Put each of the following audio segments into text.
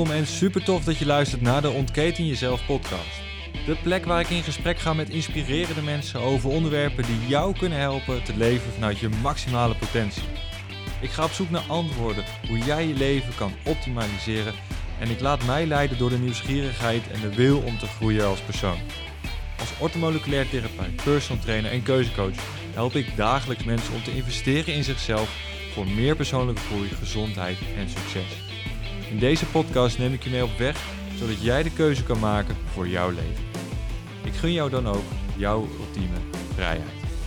Welkom en super tof dat je luistert naar de Ontketen Jezelf podcast. De plek waar ik in gesprek ga met inspirerende mensen over onderwerpen die jou kunnen helpen te leven vanuit je maximale potentie. Ik ga op zoek naar antwoorden hoe jij je leven kan optimaliseren en ik laat mij leiden door de nieuwsgierigheid en de wil om te groeien als persoon. Als orthomoleculair therapeut, personal trainer en keuzecoach help ik dagelijks mensen om te investeren in zichzelf voor meer persoonlijke groei, gezondheid en succes. In deze podcast neem ik je mee op weg, zodat jij de keuze kan maken voor jouw leven. Ik gun jou dan ook jouw ultieme vrijheid.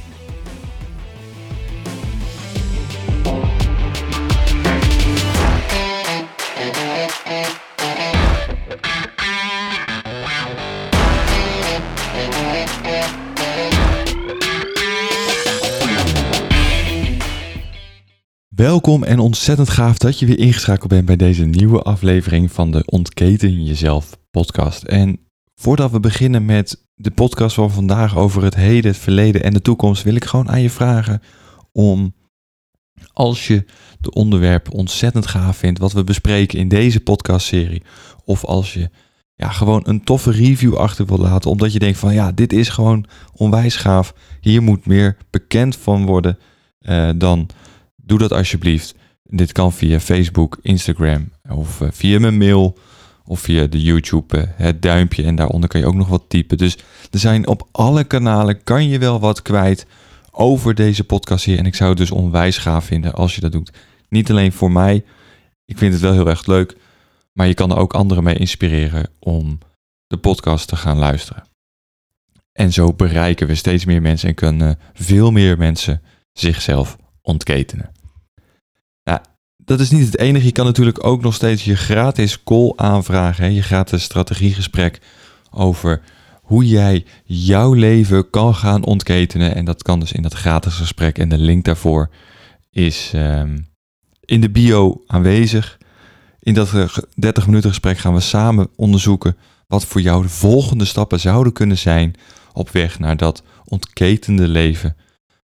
Welkom en ontzettend gaaf dat je weer ingeschakeld bent bij deze nieuwe aflevering van de Ontketen Jezelf podcast. En voordat we beginnen met de podcast van vandaag over het heden, het verleden en de toekomst, wil ik gewoon aan je vragen om, als je de onderwerpen ontzettend gaaf vindt wat we bespreken in deze podcastserie, of als je gewoon een toffe review achter wil laten, omdat je denkt van dit is gewoon onwijs gaaf, hier moet meer bekend van worden, dan doe dat alsjeblieft. Dit kan via Facebook, Instagram of via mijn mail of via de YouTube, het duimpje en daaronder kan je ook nog wat typen. Dus er zijn op alle kanalen, kan je wel wat kwijt over deze podcast hier. En ik zou het dus onwijs gaaf vinden als je dat doet. Niet alleen voor mij, ik vind het wel heel erg leuk, maar je kan er ook anderen mee inspireren om de podcast te gaan luisteren. En zo bereiken we steeds meer mensen en kunnen veel meer mensen zichzelf ontketenen. Nou, dat is niet het enige. Je kan natuurlijk ook nog steeds je gratis call aanvragen. Je gratis strategiegesprek over hoe jij jouw leven kan gaan ontketenen. En dat kan dus in dat gratis gesprek. En de link daarvoor is in de bio aanwezig. In dat 30 minuten gesprek gaan we samen onderzoeken wat voor jou de volgende stappen zouden kunnen zijn op weg naar dat ontketende leven.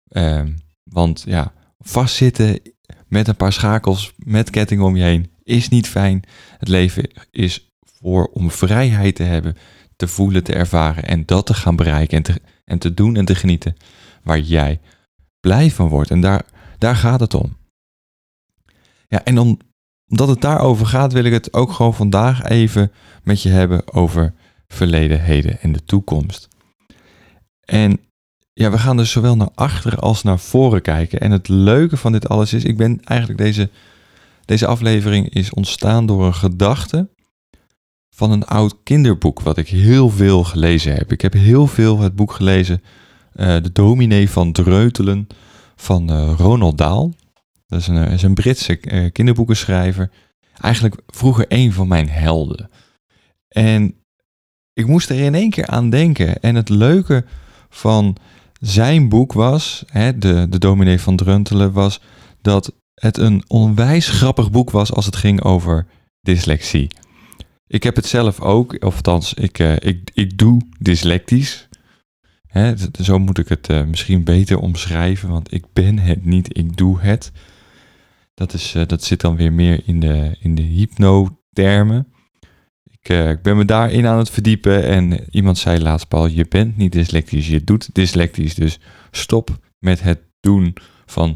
Want vastzitten met een paar schakels, met kettingen om je heen, is niet fijn. Het leven is om vrijheid te hebben, te voelen, te ervaren en dat te gaan bereiken en te doen en te genieten waar jij blij van wordt. En daar gaat het om. Ja, en omdat het daarover gaat, wil ik het ook gewoon vandaag even met je hebben over verleden, heden en de toekomst. En we gaan dus zowel naar achteren als naar voren kijken. En het leuke van dit alles is, deze aflevering is ontstaan door een gedachte van een oud kinderboek wat ik heel veel gelezen heb. Ik heb heel veel het boek gelezen, De Dominee van Dreutelen van Roald Dahl. Dat is een Britse kinderboekenschrijver. Eigenlijk vroeger een van mijn helden. En ik moest er in één keer aan denken. En het leuke van zijn boek was, de Dominee van Dreutelen, was dat het een onwijs grappig boek was als het ging over dyslexie. Ik heb het zelf ook, of althans, ik doe dyslectisch. Zo moet ik het misschien beter omschrijven, want ik ben het niet, ik doe het. Dat zit dan weer meer in de hypnotermen. Ik ben me daarin aan het verdiepen en iemand zei laatst, Paul, je bent niet dyslectisch, je doet dyslectisch. Dus stop met het doen van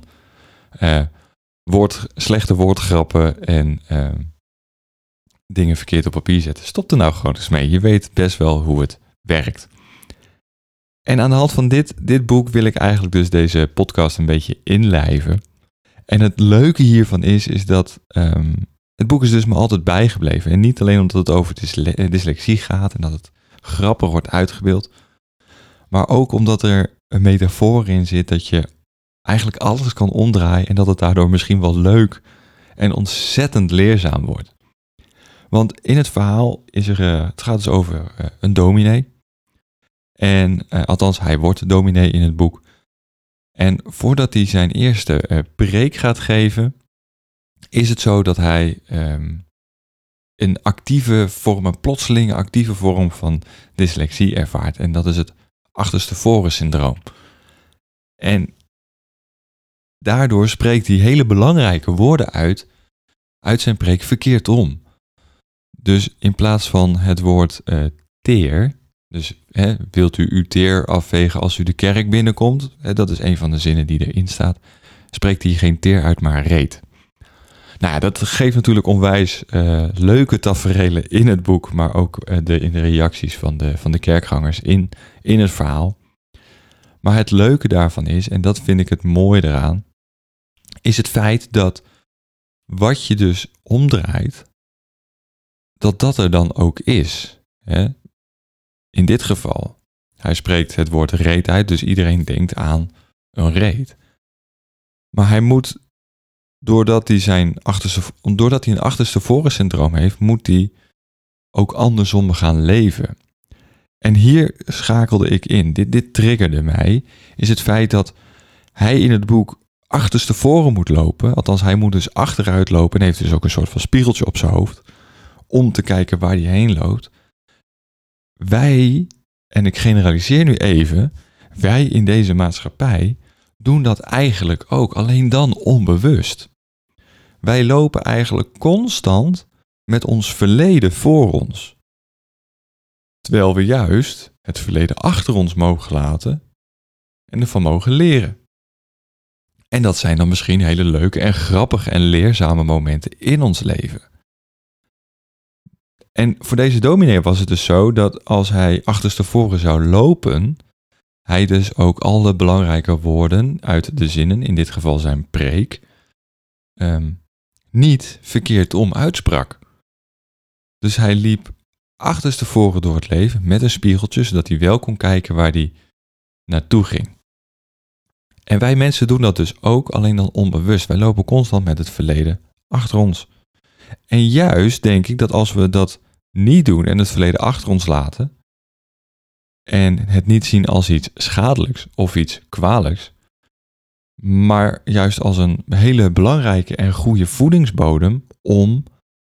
slechte woordgrappen en dingen verkeerd op papier zetten. Stop er nou gewoon eens mee, je weet best wel hoe het werkt. En aan de hand van dit boek wil ik eigenlijk dus deze podcast een beetje inlijven. En het leuke hiervan is dat het boek is dus me altijd bijgebleven. En niet alleen omdat het over dyslexie gaat en dat het grappig wordt uitgebeeld. Maar ook omdat er een metafoor in zit dat je eigenlijk alles kan omdraaien. En dat het daardoor misschien wel leuk en ontzettend leerzaam wordt. Want in het verhaal het gaat dus over een dominee. En althans, hij wordt dominee in het boek. En voordat hij zijn eerste preek gaat geven, is het zo dat hij een plotselinge actieve vorm van dyslexie ervaart. En dat is het achterstevoren syndroom. En daardoor spreekt hij hele belangrijke woorden uit zijn preek verkeerd om. Dus in plaats van het woord teer, dus wilt u uw teer afvegen als u de kerk binnenkomt, dat is een van de zinnen die erin staat, spreekt hij geen teer uit, maar reet. Nou ja, dat geeft natuurlijk onwijs leuke taferelen in het boek, maar ook in de reacties van de kerkgangers in het verhaal. Maar het leuke daarvan is, en dat vind ik het mooie eraan, is het feit dat wat je dus omdraait, dat er dan ook is. Hè? In dit geval, hij spreekt het woord reet uit, dus iedereen denkt aan een reet. Maar hij moet, doordat hij een achterstevoren syndroom heeft, moet hij ook andersom gaan leven. En hier schakelde ik in, dit triggerde mij, is het feit dat hij in het boek achterstevoren moet lopen. Althans, hij moet dus achteruit lopen en heeft dus ook een soort van spiegeltje op zijn hoofd om te kijken waar hij heen loopt. Wij, en ik generaliseer nu even, wij in deze maatschappij doen dat eigenlijk ook, alleen dan onbewust. Wij lopen eigenlijk constant met ons verleden voor ons. Terwijl we juist het verleden achter ons mogen laten en ervan mogen leren. En dat zijn dan misschien hele leuke en grappige en leerzame momenten in ons leven. En voor deze dominee was het dus zo dat als hij achterstevoren zou lopen, hij dus ook alle belangrijke woorden uit de zinnen, in dit geval zijn preek, niet verkeerd om uitsprak. Dus hij liep achterstevoren door het leven met een spiegeltje, zodat hij wel kon kijken waar hij naartoe ging. En wij mensen doen dat dus ook, alleen dan onbewust. Wij lopen constant met het verleden achter ons. En juist denk ik dat als we dat niet doen en het verleden achter ons laten, en het niet zien als iets schadelijks of iets kwalijks, maar juist als een hele belangrijke en goede voedingsbodem om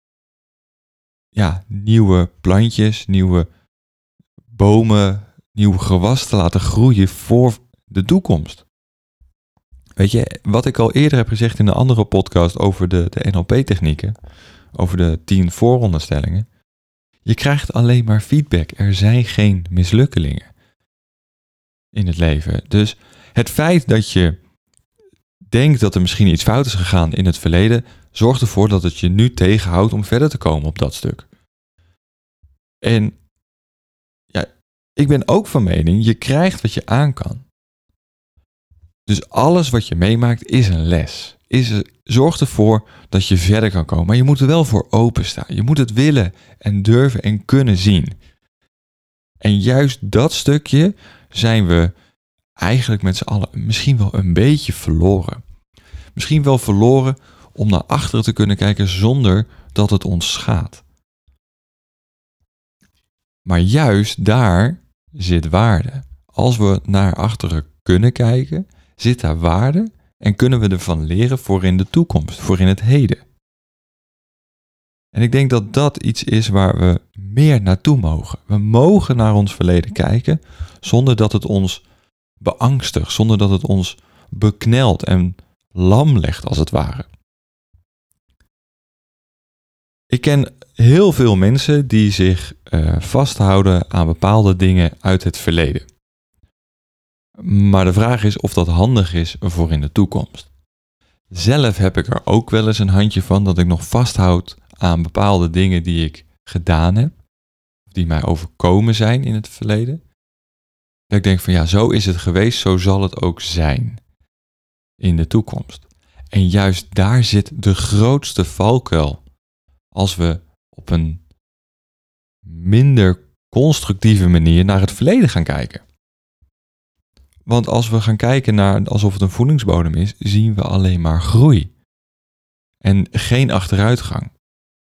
nieuwe plantjes, nieuwe bomen, nieuw gewas te laten groeien voor de toekomst. Weet je, wat ik al eerder heb gezegd in een andere podcast over de NLP-technieken, over de 10 vooronderstellingen, je krijgt alleen maar feedback. Er zijn geen mislukkelingen in het leven. Dus het feit dat je denkt dat er misschien iets fout is gegaan in het verleden, zorgt ervoor dat het je nu tegenhoudt om verder te komen op dat stuk. En ja, ik ben ook van mening, je krijgt wat je aan kan. Dus alles wat je meemaakt is een les. Zorg ervoor dat je verder kan komen. Maar je moet er wel voor openstaan. Je moet het willen en durven en kunnen zien. En juist dat stukje zijn we eigenlijk met z'n allen misschien wel een beetje verloren. Misschien wel verloren om naar achteren te kunnen kijken zonder dat het ons schaadt. Maar juist daar zit waarde. Als we naar achteren kunnen kijken, zit daar waarde en kunnen we ervan leren voor in de toekomst, voor in het heden. En ik denk dat dat iets is waar we meer naartoe mogen. We mogen naar ons verleden kijken zonder dat het ons beangstigt, zonder dat het ons beknelt en lam legt als het ware. Ik ken heel veel mensen die zich vasthouden aan bepaalde dingen uit het verleden. Maar de vraag is of dat handig is voor in de toekomst. Zelf heb ik er ook wel eens een handje van dat ik nog vasthoud aan bepaalde dingen die ik gedaan heb, die mij overkomen zijn in het verleden. Dat ik denk van ja, zo is het geweest, zo zal het ook zijn in de toekomst. En juist daar zit de grootste valkuil als we op een minder constructieve manier naar het verleden gaan kijken. Want als we gaan kijken naar alsof het een voedingsbodem is, zien we alleen maar groei. En geen achteruitgang.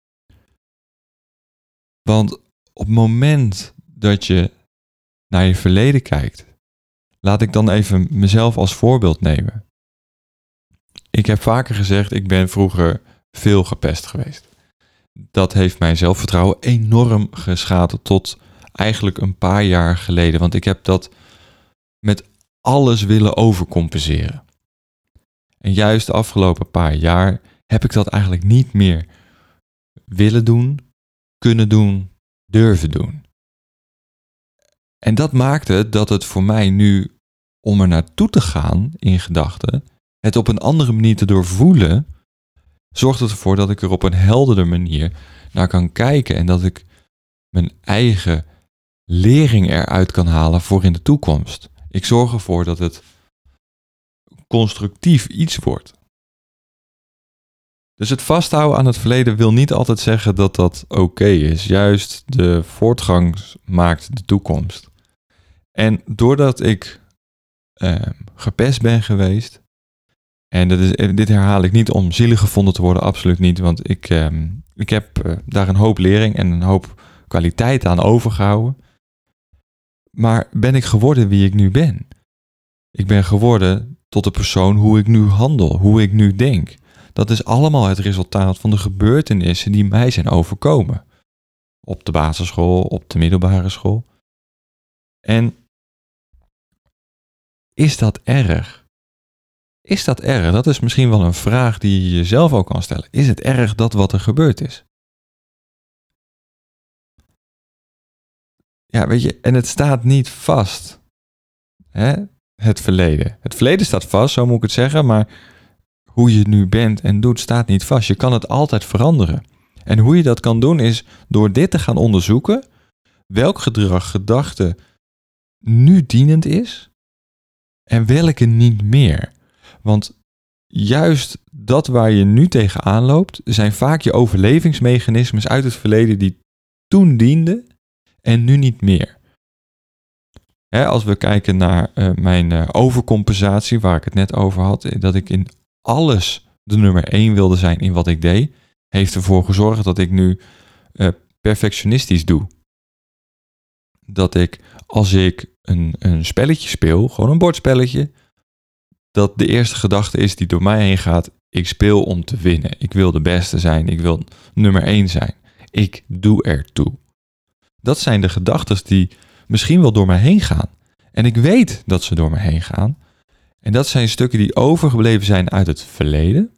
Want op het moment dat je naar je verleden kijkt, laat ik dan even mezelf als voorbeeld nemen. Ik heb vaker gezegd, ik ben vroeger veel gepest geweest. Dat heeft mijn zelfvertrouwen enorm geschaad tot eigenlijk een paar jaar geleden. Want ik heb dat met alles willen overcompenseren. En juist de afgelopen paar jaar heb ik dat eigenlijk niet meer willen doen. kunnen doen, durven doen. En dat maakte dat het voor mij nu, om er naartoe te gaan in gedachten, het op een andere manier te doorvoelen, zorgt het ervoor dat ik er op een helderder manier naar kan kijken en dat ik mijn eigen lering eruit kan halen voor in de toekomst. Ik zorg ervoor dat het constructief iets wordt. Dus het vasthouden aan het verleden wil niet altijd zeggen dat dat oké is. Juist de voortgang maakt de toekomst. En doordat ik gepest ben geweest, en dit herhaal ik niet om zielig gevonden te worden, absoluut niet, want ik heb daar een hoop lering en een hoop kwaliteit aan overgehouden. Maar ben ik geworden wie ik nu ben? Ik ben geworden tot de persoon hoe ik nu handel, hoe ik nu denk. Dat is allemaal het resultaat van de gebeurtenissen die mij zijn overkomen. Op de basisschool, op de middelbare school. En is dat erg? Is dat erg? Dat is misschien wel een vraag die je jezelf ook kan stellen. Is het erg dat wat er gebeurd is? Ja, weet je, en het staat niet vast. Hè? Het verleden. Het verleden staat vast, zo moet ik het zeggen, maar hoe je nu bent en doet staat niet vast. Je kan het altijd veranderen. En hoe je dat kan doen is door dit te gaan onderzoeken, welk gedrag, gedachte nu dienend is en welke niet meer. Want juist dat waar je nu tegenaan loopt, zijn vaak je overlevingsmechanismes uit het verleden die toen dienden en nu niet meer. Als we kijken naar mijn overcompensatie, waar ik het net over had, dat ik in alles de nummer 1 wilde zijn in wat ik deed, heeft ervoor gezorgd dat ik nu perfectionistisch doe. Dat ik, als ik een spelletje speel, gewoon een bordspelletje, dat de eerste gedachte is die door mij heen gaat, ik speel om te winnen. Ik wil de beste zijn, ik wil nummer 1 zijn. Ik doe ertoe. Dat zijn de gedachten die misschien wel door mij heen gaan. En ik weet dat ze door me heen gaan. En dat zijn stukken die overgebleven zijn uit het verleden.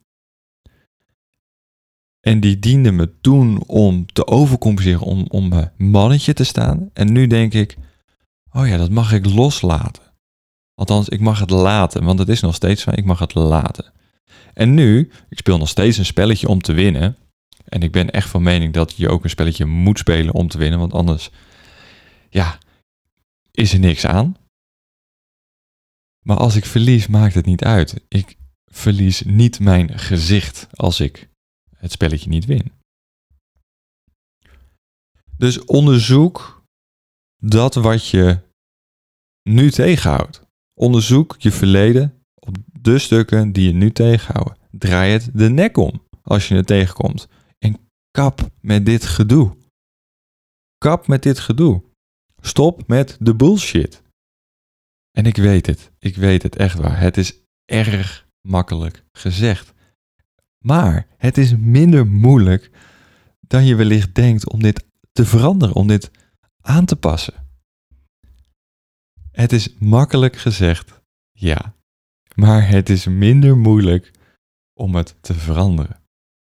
En die dienden me toen om te overcompenseren, om mijn mannetje te staan. En nu denk ik, oh ja, dat mag ik loslaten. Althans, ik mag het laten, want het is nog steeds van, ik mag het laten. En nu, ik speel nog steeds een spelletje om te winnen. En ik ben echt van mening dat je ook een spelletje moet spelen om te winnen, want anders, ja, is er niks aan. Maar als ik verlies, maakt het niet uit. Ik verlies niet mijn gezicht als ik het spelletje niet win. Dus onderzoek dat wat je nu tegenhoudt. Onderzoek je verleden op de stukken die je nu tegenhouden. Draai het de nek om als je het tegenkomt. En kap met dit gedoe. Kap met dit gedoe. Stop met de bullshit. En ik weet het echt waar. Het is erg makkelijk gezegd. Maar het is minder moeilijk dan je wellicht denkt om dit te veranderen, om dit aan te passen. Het is makkelijk gezegd, ja. Maar het is minder moeilijk om het te veranderen.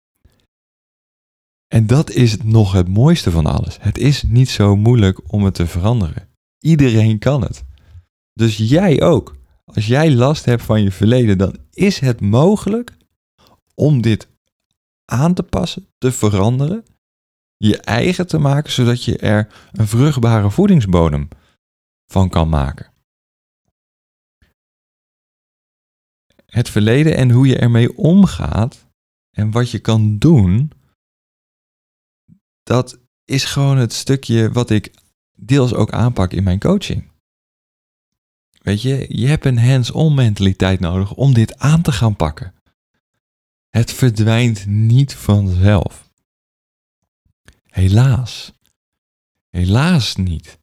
En dat is nog het mooiste van alles. Het is niet zo moeilijk om het te veranderen. Iedereen kan het. Dus jij ook. Als jij last hebt van je verleden, dan is het mogelijk om dit aan te passen, te veranderen, je eigen te maken, zodat je er een vruchtbare voedingsbodem van kan maken. Het verleden en hoe je ermee omgaat en wat je kan doen, dat is gewoon het stukje wat ik deels ook aanpak in mijn coaching. Weet je, je hebt een hands-on mentaliteit nodig om dit aan te gaan pakken. Het verdwijnt niet vanzelf. Helaas. Helaas niet.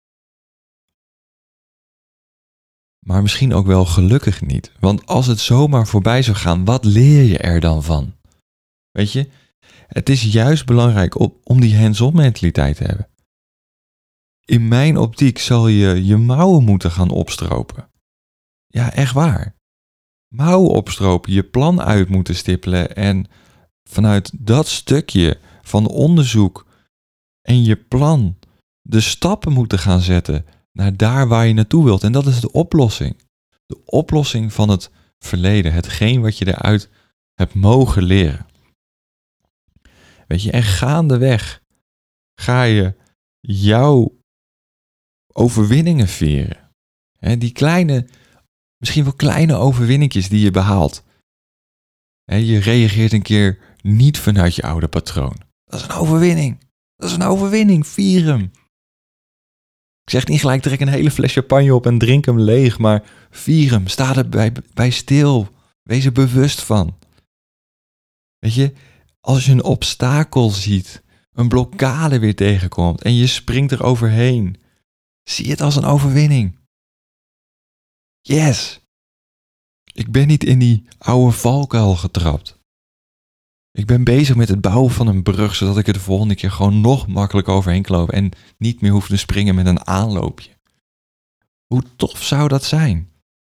Maar misschien ook wel gelukkig niet. Want als het zomaar voorbij zou gaan, wat leer je er dan van? Weet je, het is juist belangrijk om die hands-on mentaliteit te hebben. In mijn optiek zal je je mouwen moeten gaan opstropen. Ja, echt waar. Mouwen opstropen, je plan uit moeten stippelen en vanuit dat stukje van onderzoek en je plan, de stappen moeten gaan zetten naar daar waar je naartoe wilt. En dat is de oplossing. De oplossing van het verleden, hetgeen wat je eruit hebt mogen leren. Weet je, en gaandeweg ga je jouw overwinningen vieren. Die kleine, misschien wel kleine overwinningjes die je behaalt. Je reageert een keer niet vanuit je oude patroon. Dat is een overwinning. Dat is een overwinning. Vier hem. Ik zeg niet gelijk, trek een hele fles champagne op en drink hem leeg. Maar vier hem. Sta er bij stil. Wees er bewust van. Weet je, als je een obstakel ziet, een blokkade weer tegenkomt en je springt er overheen, zie het als een overwinning. Yes! Ik ben niet in die oude valkuil getrapt. Ik ben bezig met het bouwen van een brug, zodat ik er de volgende keer gewoon nog makkelijker overheen kan lopen en niet meer hoef te springen met een aanloopje. Hoe tof zou dat zijn?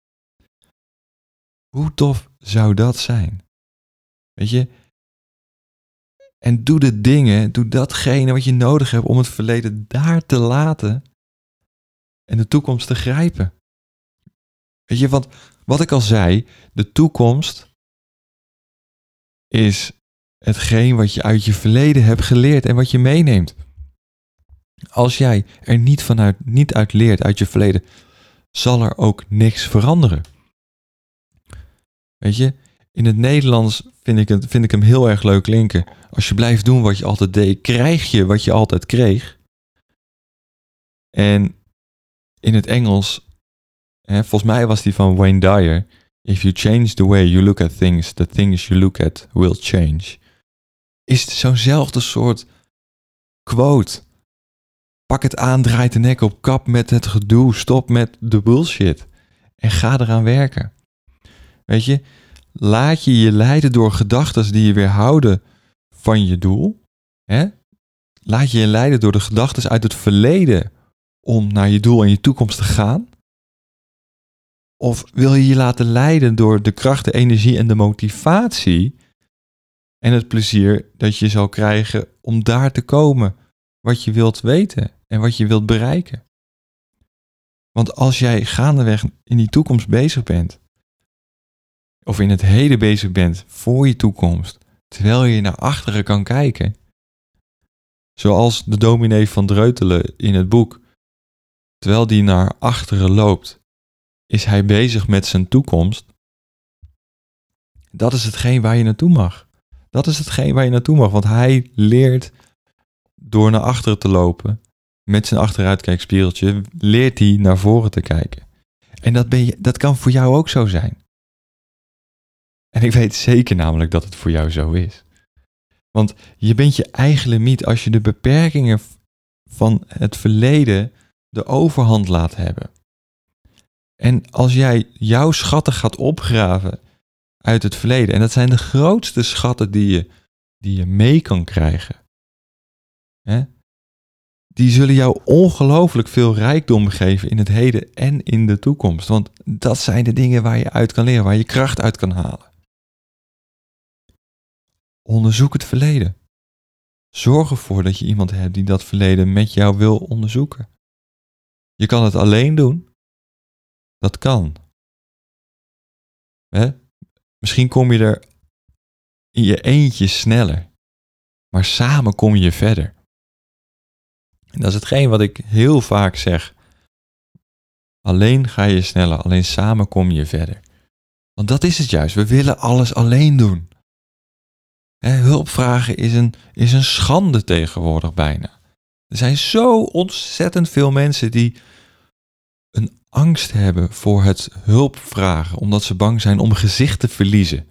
Hoe tof zou dat zijn? Weet je? En doe de dingen, doe datgene wat je nodig hebt om het verleden daar te laten en de toekomst te grijpen. Weet je, want wat ik al zei, de toekomst is hetgeen wat je uit je verleden hebt geleerd en wat je meeneemt. Als jij er niet uit leert uit je verleden, zal er ook niks veranderen. Weet je, in het Nederlands vind ik hem heel erg leuk klinken. Als je blijft doen wat je altijd deed, krijg je wat je altijd kreeg. En in het Engels, volgens mij was die van Wayne Dyer. If you change the way you look at things, the things you look at will change. Is het zo'nzelfde soort quote. Pak het aan, draai de nek op, kap met het gedoe, stop met de bullshit. En ga eraan werken. Weet je, laat je je leiden door gedachten die je weerhouden van je doel. Laat je leiden door de gedachten uit het verleden om naar je doel en je toekomst te gaan. Of wil je je laten leiden door de kracht, de energie en de motivatie en het plezier dat je zal krijgen om daar te komen wat je wilt weten en wat je wilt bereiken. Want als jij gaandeweg in die toekomst bezig bent, of in het heden bezig bent voor je toekomst, terwijl je naar achteren kan kijken, zoals de dominee van Dreutelen in het boek, terwijl die naar achteren loopt, is hij bezig met zijn toekomst. Dat is hetgeen waar je naartoe mag. Dat is hetgeen waar je naartoe mag, want hij leert door naar achteren te lopen, met zijn achteruitkijkspiegeltje, leert hij naar voren te kijken. En dat kan voor jou ook zo zijn. En ik weet zeker namelijk dat het voor jou zo is. Want je bent je eigen limiet als je de beperkingen van het verleden de overhand laat hebben. En als jij jouw schatten gaat opgraven uit het verleden, en dat zijn de grootste schatten die je mee kan krijgen, die zullen jou ongelooflijk veel rijkdom geven in het heden en in de toekomst. Want dat zijn de dingen waar je uit kan leren, waar je kracht uit kan halen. Onderzoek het verleden. Zorg ervoor dat je iemand hebt die dat verleden met jou wil onderzoeken. Je kan het alleen doen. Dat kan. Misschien kom je er in je eentje sneller. Maar samen kom je verder. En dat is hetgeen wat ik heel vaak zeg. Alleen ga je sneller, alleen samen kom je verder. Want dat is het juist. We willen alles alleen doen. Hulp vragen is een schande tegenwoordig bijna. Er zijn zo ontzettend veel mensen die een angst hebben voor het hulp vragen, omdat ze bang zijn om gezicht te verliezen.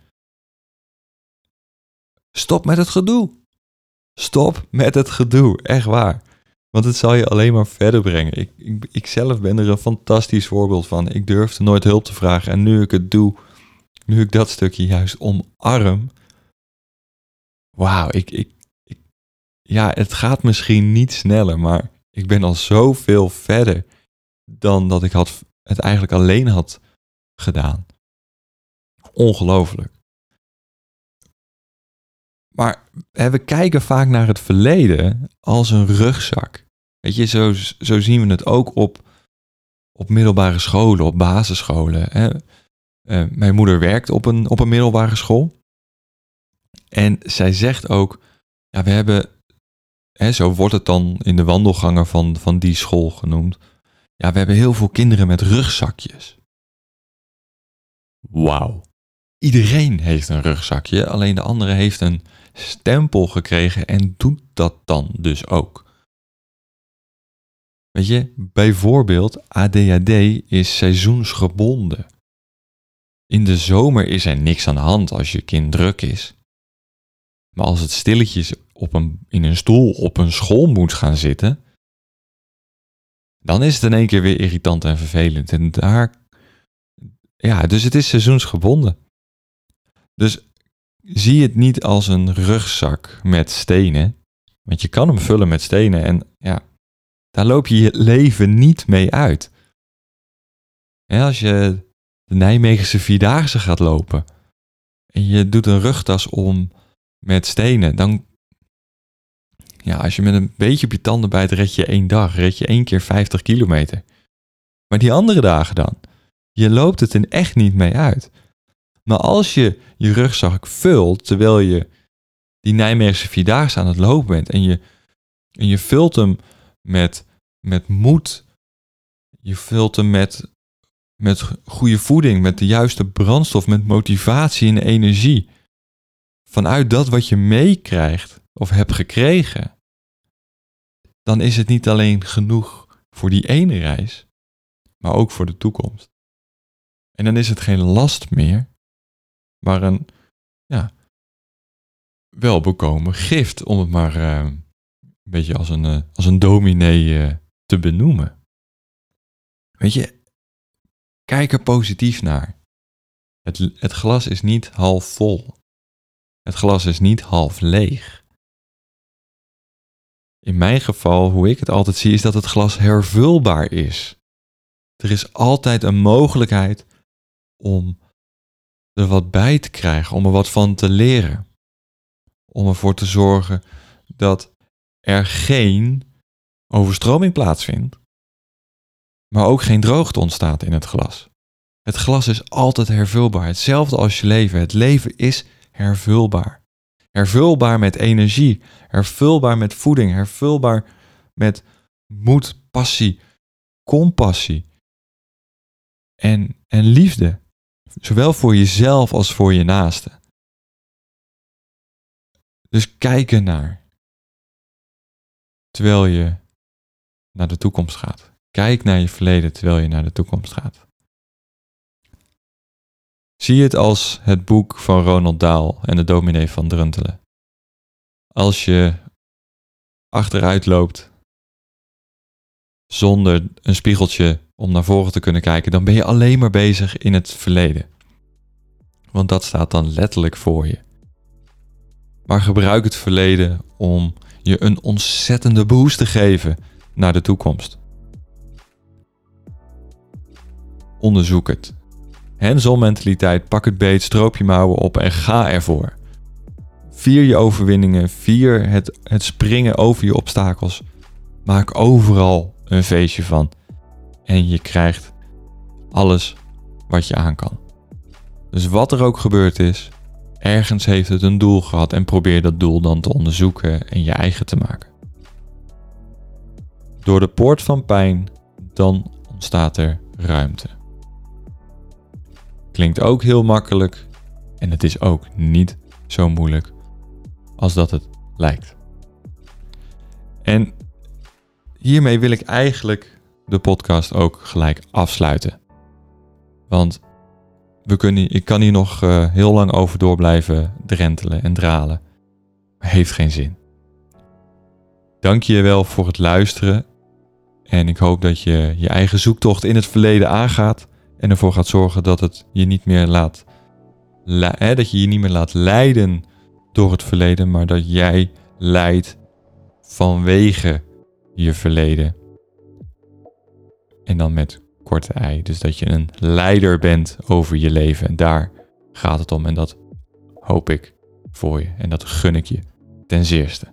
Stop met het gedoe. Stop met het gedoe, echt waar. Want het zal je alleen maar verder brengen. Ik zelf ben er een fantastisch voorbeeld van. Ik durfde nooit hulp te vragen en nu ik het doe, nu ik dat stukje juist omarm, wauw, ja, het gaat misschien niet sneller, maar ik ben al zoveel verder dan dat ik het eigenlijk alleen had gedaan. Ongelooflijk. Maar we kijken vaak naar het verleden als een rugzak. Weet je, zo zien we het ook op middelbare scholen, op basisscholen. Hè. Mijn moeder werkt op een middelbare school. En zij zegt ook, ja, we hebben, zo wordt het dan in de wandelgangen van die school genoemd. Ja, we hebben heel veel kinderen met rugzakjes. Wauw. Iedereen heeft een rugzakje, alleen de andere heeft een stempel gekregen en doet dat dan dus ook. Weet je, bijvoorbeeld ADHD is seizoensgebonden. In de zomer is er niks aan de hand als je kind druk is. Maar als het stilletjes in een stoel op een school moet gaan zitten, dan is het in één keer weer irritant en vervelend. En dus het is seizoensgebonden. Dus zie het niet als een rugzak met stenen. Want je kan hem vullen met stenen en daar loop je leven niet mee uit. Als je de Nijmeegse Vierdaagse gaat lopen en je doet een rugtas om met stenen, dan, als je met een beetje op je tanden bijt, red je 1 dag, red je 1 keer 50 kilometer. Maar die andere dagen dan, je loopt het er echt niet mee uit. Maar als je je rugzak vult, terwijl je die Nijmeegse Vierdaagse aan het lopen bent en je vult hem met moed, je vult hem met goede voeding, met de juiste brandstof, met motivatie en energie. Vanuit dat wat je meekrijgt of hebt gekregen, dan is het niet alleen genoeg voor die ene reis, maar ook voor de toekomst. En dan is het geen last meer, maar een welbekomen gift, om het maar een beetje als een dominee te benoemen. Weet je, kijk er positief naar. Het glas is niet half vol. Het glas is niet half leeg. In mijn geval, hoe ik het altijd zie, is dat het glas hervulbaar is. Er is altijd een mogelijkheid om er wat bij te krijgen, om er wat van te leren. Om ervoor te zorgen dat er geen overstroming plaatsvindt, maar ook geen droogte ontstaat in het glas. Het glas is altijd hervulbaar, hetzelfde als je leven. Het leven is hervulbaar. Hervulbaar met energie, hervulbaar met voeding, hervulbaar met moed, passie, compassie en liefde. Zowel voor jezelf als voor je naaste. Dus kijk ernaar. Terwijl je naar de toekomst gaat. Kijk naar je verleden terwijl je naar de toekomst gaat. Zie het als het boek van Ronald Dahl en de dominee van Druntelen. Als je achteruit loopt zonder een spiegeltje om naar voren te kunnen kijken, dan ben je alleen maar bezig in het verleden. Want dat staat dan letterlijk voor je. Maar gebruik het verleden om je een ontzettende boost te geven naar de toekomst. Onderzoek het. Hands-on mentaliteit, pak het beet, stroop je mouwen op en ga ervoor. Vier je overwinningen, vier het springen over je obstakels. Maak overal een feestje van. En je krijgt alles wat je aan kan. Dus wat er ook gebeurd is, ergens heeft het een doel gehad en probeer dat doel dan te onderzoeken en je eigen te maken. Door de poort van pijn, dan ontstaat er ruimte. Klinkt ook heel makkelijk en het is ook niet zo moeilijk als dat het lijkt. En hiermee wil ik eigenlijk de podcast ook gelijk afsluiten. Want ik kan hier nog heel lang over door blijven drentelen en dralen. Maar heeft geen zin. Dank je wel voor het luisteren. En ik hoop dat je je eigen zoektocht in het verleden aangaat. En ervoor gaat zorgen dat het je niet meer dat je je niet meer laat leiden door het verleden. Maar dat jij leidt vanwege je verleden. En dan met korte ei. Dus dat je een leider bent over je leven. En daar gaat het om. En dat hoop ik voor je. En dat gun ik je ten zeerste.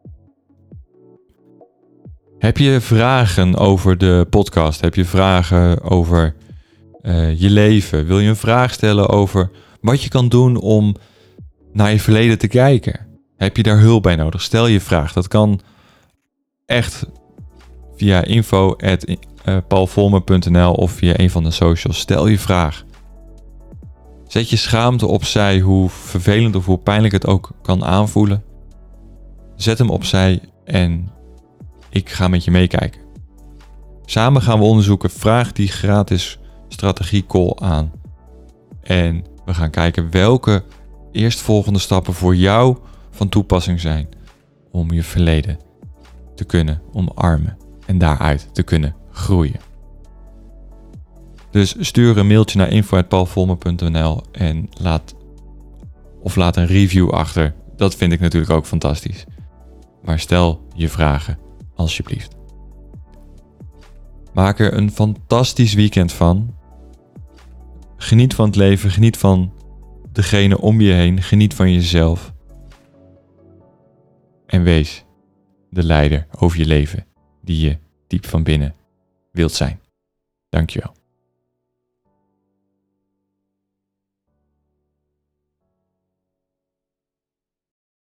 Heb je vragen over de podcast? Heb je vragen over je leven? Wil je een vraag stellen over wat je kan doen om naar je verleden te kijken? Heb je daar hulp bij nodig? Stel je vraag. Dat kan echt via info@paulvolmer.nl of via een van de socials. Stel je vraag. Zet je schaamte opzij, hoe vervelend of hoe pijnlijk het ook kan aanvoelen. Zet hem opzij en ik ga met je meekijken. Samen gaan we onderzoeken. Vraag die gratis strategie-call aan. En we gaan kijken welke eerstvolgende stappen voor jou van toepassing zijn om je verleden te kunnen omarmen en daaruit te kunnen groeien. Dus stuur een mailtje naar info@paulvolmer.nl en laat een review achter. Dat vind ik natuurlijk ook fantastisch. Maar stel je vragen, alsjeblieft. Maak er een fantastisch weekend van. Geniet van het leven, geniet van degene om je heen, geniet van jezelf. En wees de leider over je leven die je diep van binnen wilt zijn. Dankjewel.